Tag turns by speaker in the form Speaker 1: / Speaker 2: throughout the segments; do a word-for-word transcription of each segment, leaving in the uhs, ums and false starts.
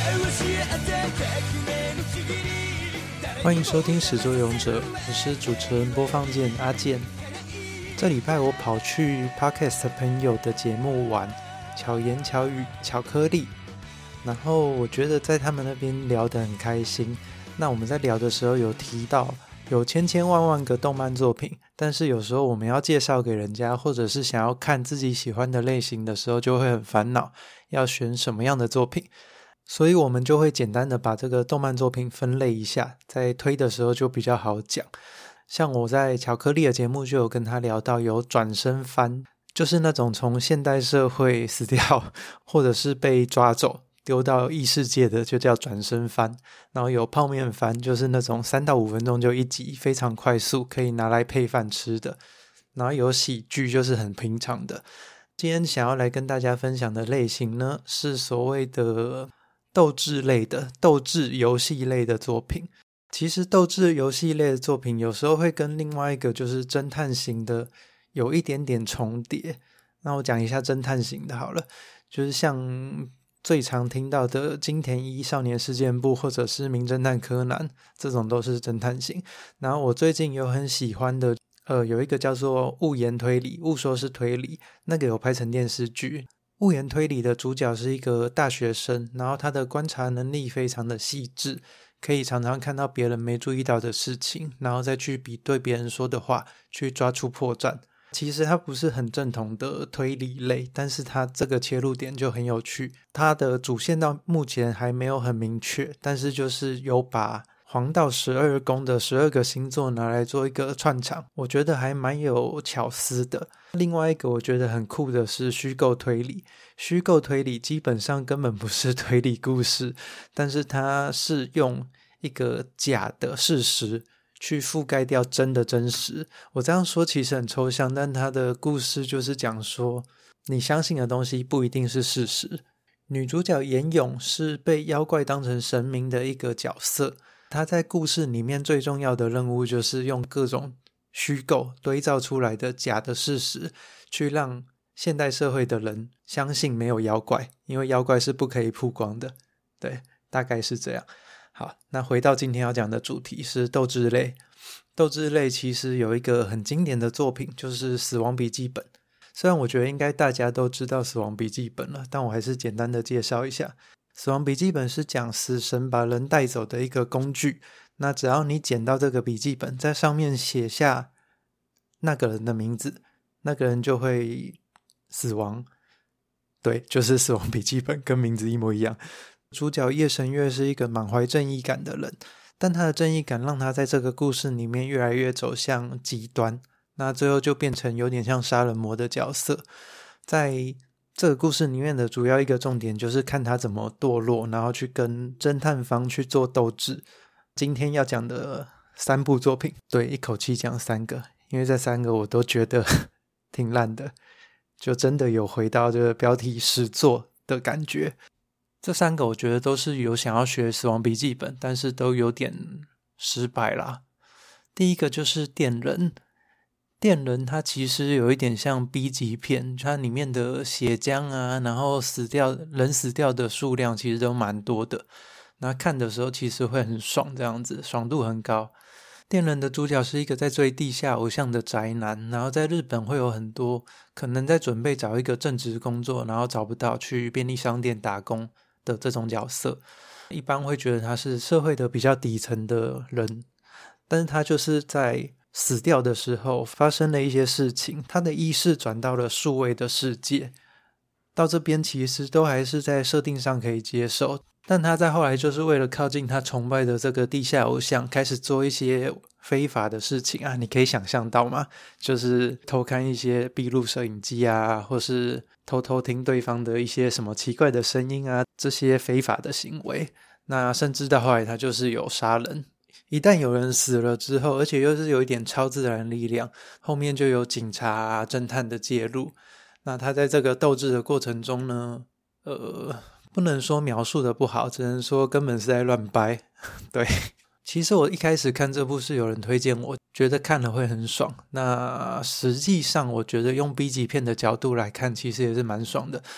Speaker 1: 欢迎收听始作俑者，我是主持人播放键阿健。这礼拜我跑去 Podcast 朋友的节目玩，巧言巧语巧克力，然后我觉得在他们那边聊得很开心。那我们在聊的时候有提到有千千万万个动漫作品，但是有时候我们要介绍给人家，或者是想要看自己喜欢的类型的时候，就会很烦恼要选什么样的作品，所以我们就会简单的把这个动漫作品分类一下，在推的时候就比较好讲。像我在巧克力的节目就有跟他聊到有转生番，就是那种从现代社会死掉或者是被抓走丢到异世界的，就叫转生番。然后有泡面番，就是那种三到五分钟就一集，非常快速，可以拿来配饭吃的。然后有喜剧，就是很平常的。今天想要来跟大家分享的类型呢，是所谓的斗智类的斗智游戏类的作品。其实斗智游戏类的作品有时候会跟另外一个就是侦探型的有一点点重叠。那我讲一下侦探型的好了，就是像最常听到的金田一少年事件簿或者是名侦探柯南，这种都是侦探型。然后我最近有很喜欢的呃，有一个叫做误言推理，误说是推理，那个有拍成电视剧。误言推理的主角是一个大学生，然后他的观察能力非常的细致，可以常常看到别人没注意到的事情，然后再去比对别人说的话，去抓出破绽。其实它不是很正统的推理类，但是它这个切入点就很有趣。它的主线到目前还没有很明确，但是就是有把黄道十二宫的十二个星座拿来做一个串场，我觉得还蛮有巧思的。另外一个我觉得很酷的是虚构推理。虚构推理基本上根本不是推理故事，但是它是用一个假的事实去覆盖掉真的真实。我这样说其实很抽象，但它的故事就是讲说你相信的东西不一定是事实。女主角岩永是被妖怪当成神明的一个角色，她在故事里面最重要的任务就是用各种虚构堆造出来的假的事实，去让现代社会的人相信没有妖怪，因为妖怪是不可以曝光的。对，大概是这样。好，那回到今天要讲的主题是斗智类。斗智类其实有一个很经典的作品，就是死亡笔记本。虽然我觉得应该大家都知道死亡笔记本了，但我还是简单的介绍一下。死亡笔记本是讲死神把人带走的一个工具，那只要你捡到这个笔记本，在上面写下那个人的名字，那个人就会死亡。对，就是死亡笔记本，跟名字一模一样。主角叶神月是一个满怀正义感的人，但他的正义感让他在这个故事里面越来越走向极端，那最后就变成有点像杀人魔的角色。在这个故事里面的主要一个重点就是看他怎么堕落，然后去跟侦探方去做斗智。今天要讲的三部作品，对，一口气讲三个，因为这三个我都觉得挺烂的，就真的有回到这个标题始作的感觉。这三个我觉得都是有想要学死亡笔记本，但是都有点失败啦。第一个就是电人。电人它其实有一点像 B 级片，它里面的血浆啊，然后死掉人死掉的数量其实都蛮多的，那看的时候其实会很爽，这样子爽度很高。电人的主角是一个在追地下偶像的宅男，然后在日本会有很多可能在准备找一个正职工作，然后找不到去便利商店打工的这种角色。一般会觉得他是社会的比较底层的人，但是他就是在死掉的时候发生了一些事情，他的意识转到了数位的世界。到这边其实都还是在设定上可以接受，但他在后来就是为了靠近他崇拜的这个地下偶像，开始做一些非法的事情啊，你可以想象到吗？就是偷看一些闭路摄影机啊，或是偷偷听对方的一些什么奇怪的声音啊，这些非法的行为。那甚至到后来他就是有杀人。一旦有人死了之后，而且又是有一点超自然力量，后面就有警察啊、侦探的介入。那他在这个斗智的过程中呢，呃，不能说描述的不好，只能说根本是在乱掰。对，其实我一开始看这部是有人推荐我，觉得看了会很爽。那实际上我觉得用 B 级片的角度来看，其实也是蛮爽的。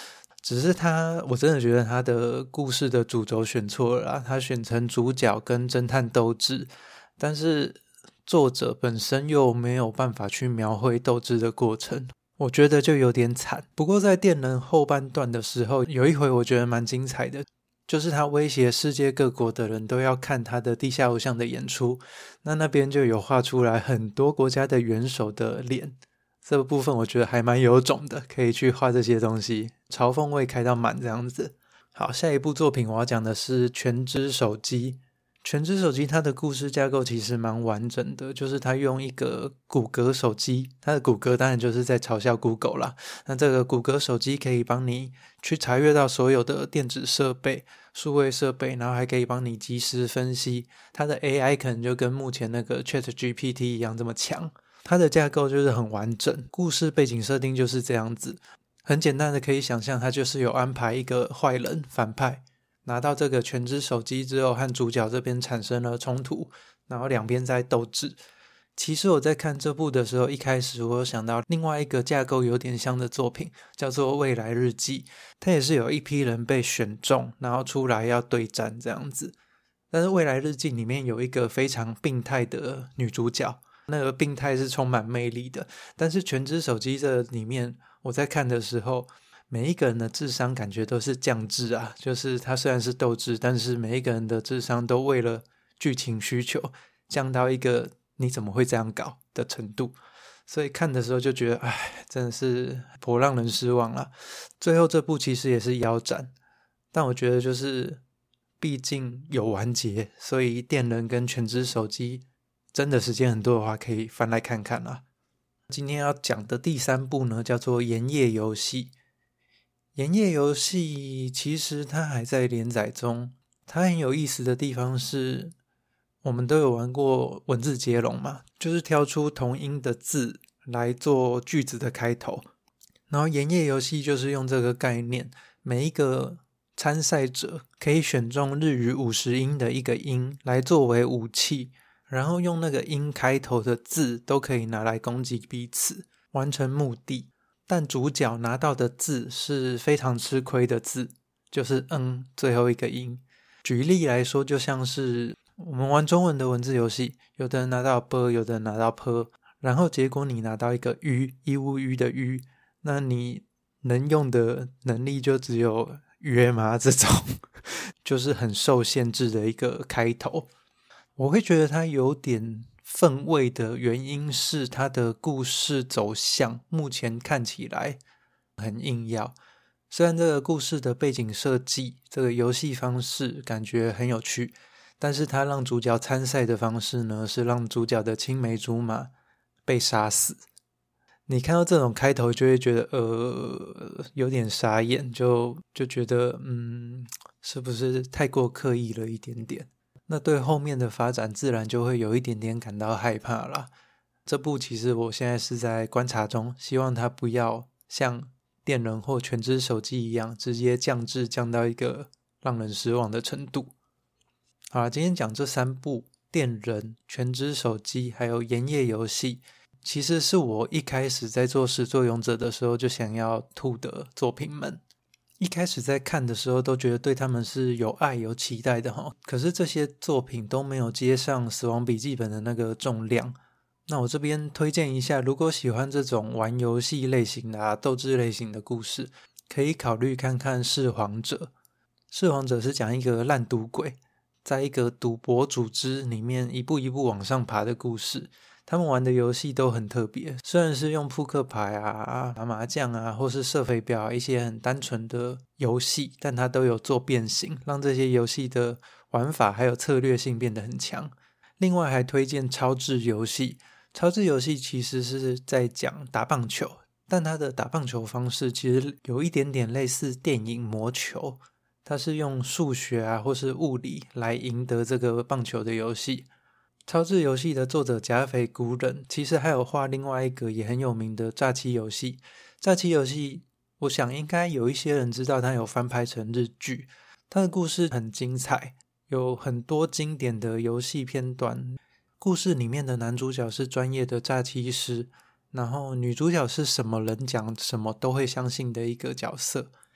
Speaker 1: 只是他我真的觉得他的故事的主轴选错了啦，他选成主角跟侦探斗智，但是作者本身又没有办法去描绘斗智的过程，我觉得就有点惨。不过在电人后半段的时候，有一回我觉得蛮精彩的，就是他威胁世界各国的人都要看他的地下偶像的演出，那那边就有画出来很多国家的元首的脸，这个部分我觉得还蛮有种的，可以去画这些东西，嘲讽味开到满这样子。好，下一部作品我要讲的是全知手机。全知手机它的故事架构其实蛮完整的，就是它用一个骨骼手机，它的骨骼当然就是在嘲笑 Google 啦，那这个骨骼手机可以帮你去查阅到所有的电子设备、数位设备，然后还可以帮你即时分析，它的 A I 可能就跟目前那个 ChatGPT 一样这么强。它的架构就是很完整，故事背景设定就是这样子，很简单的可以想象，它就是有安排一个坏人反派拿到这个全知手机之后，和主角这边产生了冲突，然后两边在斗智。其实我在看这部的时候，一开始我有想到另外一个架构有点像的作品，叫做《未来日记》，它也是有一批人被选中，然后出来要对战这样子。但是《未来日记》里面有一个非常病态的女主角，那个病态是充满魅力的，但是全知手机这里面我在看的时候，每一个人的智商感觉都是降智啊，就是他虽然是斗智，但是每一个人的智商都为了剧情需求降到一个你怎么会这样搞的程度，所以看的时候就觉得唉，真的是颇让人失望啦。最后这部其实也是腰斩，但我觉得就是毕竟有完结，所以电人跟全知手机真的时间很多的话可以翻来看看啦。今天要讲的第三部呢叫做盐业游戏。盐业游戏其实它还在连载中，它很有意思的地方是，我们都有玩过文字接龙嘛，就是挑出同音的字来做句子的开头，然后盐业游戏就是用这个概念，每一个参赛者可以选中日语五十音的一个音来作为武器，然后用那个音开头的字都可以拿来攻击彼此，完成目的。但主角拿到的字是非常吃亏的字，就是嗯最后一个音。举例来说，就像是我们玩中文的文字游戏，有的人拿到 b， 有的人拿到 p， 然后结果你拿到一个 ü， 一乌鱼的 ü， 那你能用的能力就只有约吗？这种就是很受限制的一个开头。我会觉得它有点氛围的原因是它的故事走向目前看起来很硬要，虽然这个故事的背景设计，这个游戏方式感觉很有趣，但是它让主角参赛的方式呢，是让主角的青梅竹马被杀死。你看到这种开头就会觉得呃有点傻眼，就就觉得嗯是不是太过刻意了一点点，那对后面的发展自然就会有一点点感到害怕啦。这部其实我现在是在观察中，希望它不要像电人或全知手机一样直接降智降到一个让人失望的程度。好啦，今天讲这三部电人、全知手机还有盐业游戏，其实是我一开始在做始作俑者的时候就想要吐的作品们。一开始在看的时候都觉得对他们是有爱有期待的齁，可是这些作品都没有接上死亡笔记本的那个重量。那我这边推荐一下，如果喜欢这种玩游戏类型的啊、斗智类型的故事，可以考虑看看弑皇者。弑皇者是讲一个烂赌鬼在一个赌博组织里面一步一步往上爬的故事。他们玩的游戏都很特别，虽然是用扑克牌啊、打麻将啊，或是射飞镖啊，一些很单纯的游戏，但它都有做变形，让这些游戏的玩法还有策略性变得很强。另外还推荐超智游戏，超智游戏其实是在讲打棒球，但它的打棒球方式其实有一点点类似电影魔球，它是用数学啊或是物理来赢得这个棒球的游戏。超智游戏的作者甲斐古忍其实还有画另外一个也很有名的诈欺游戏。诈欺游戏我想应该有一些人知道，它有翻拍成日剧，它的故事很精彩，有很多经典的游戏片段。故事里面的男主角是专业的诈欺师，然后女主角是什么人讲什么都会相信的一个角色。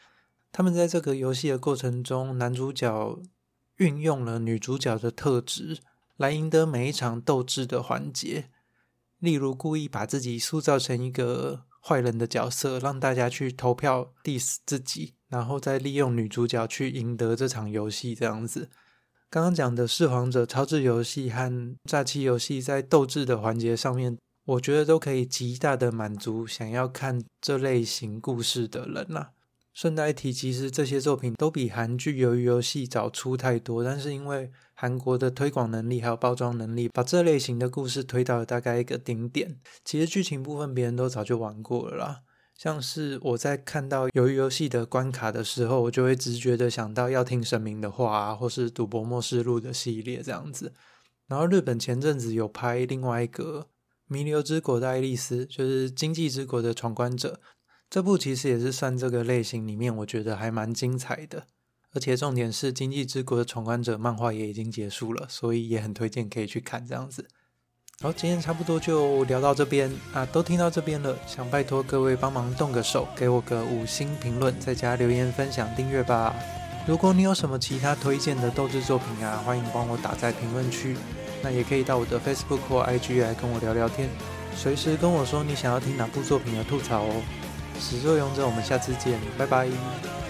Speaker 1: 他们在这个游戏的过程中，男主角运用了女主角的特质来赢得每一场斗智的环节，例如故意把自己塑造成一个坏人的角色，让大家去投票 diss 自己，然后再利用女主角去赢得这场游戏这样子。刚刚讲的弑皇者超智游戏和诈欺游戏在斗智的环节上面，我觉得都可以极大的满足想要看这类型故事的人啦。顺带一提，其实这些作品都比韩剧鱿鱼游戏早出太多，但是因为韩国的推广能力还有包装能力，把这类型的故事推到了大概一个顶点。其实剧情部分别人都早就玩过了啦，像是我在看到鱿鱼游戏的关卡的时候，我就会直觉的想到要听神明的话啊，或是赌博默示录的系列这样子。然后日本前阵子有拍另外一个弥留之国的爱丽丝，就是经济之国的闯关者，这部其实也是算这个类型里面我觉得还蛮精彩的，而且重点是经济之国的闯关者漫画也已经结束了，所以也很推荐可以去看这样子。好，今天差不多就聊到这边啊，都听到这边了，想拜托各位帮忙动个手，给我个五星评论，再加留言分享订阅吧。如果你有什么其他推荐的斗智作品啊，欢迎帮我打在评论区，那也可以到我的 Facebook 或 I G 来跟我聊聊天，随时跟我说你想要听哪部作品的吐槽哦。始作俑者，我们下次见，拜拜。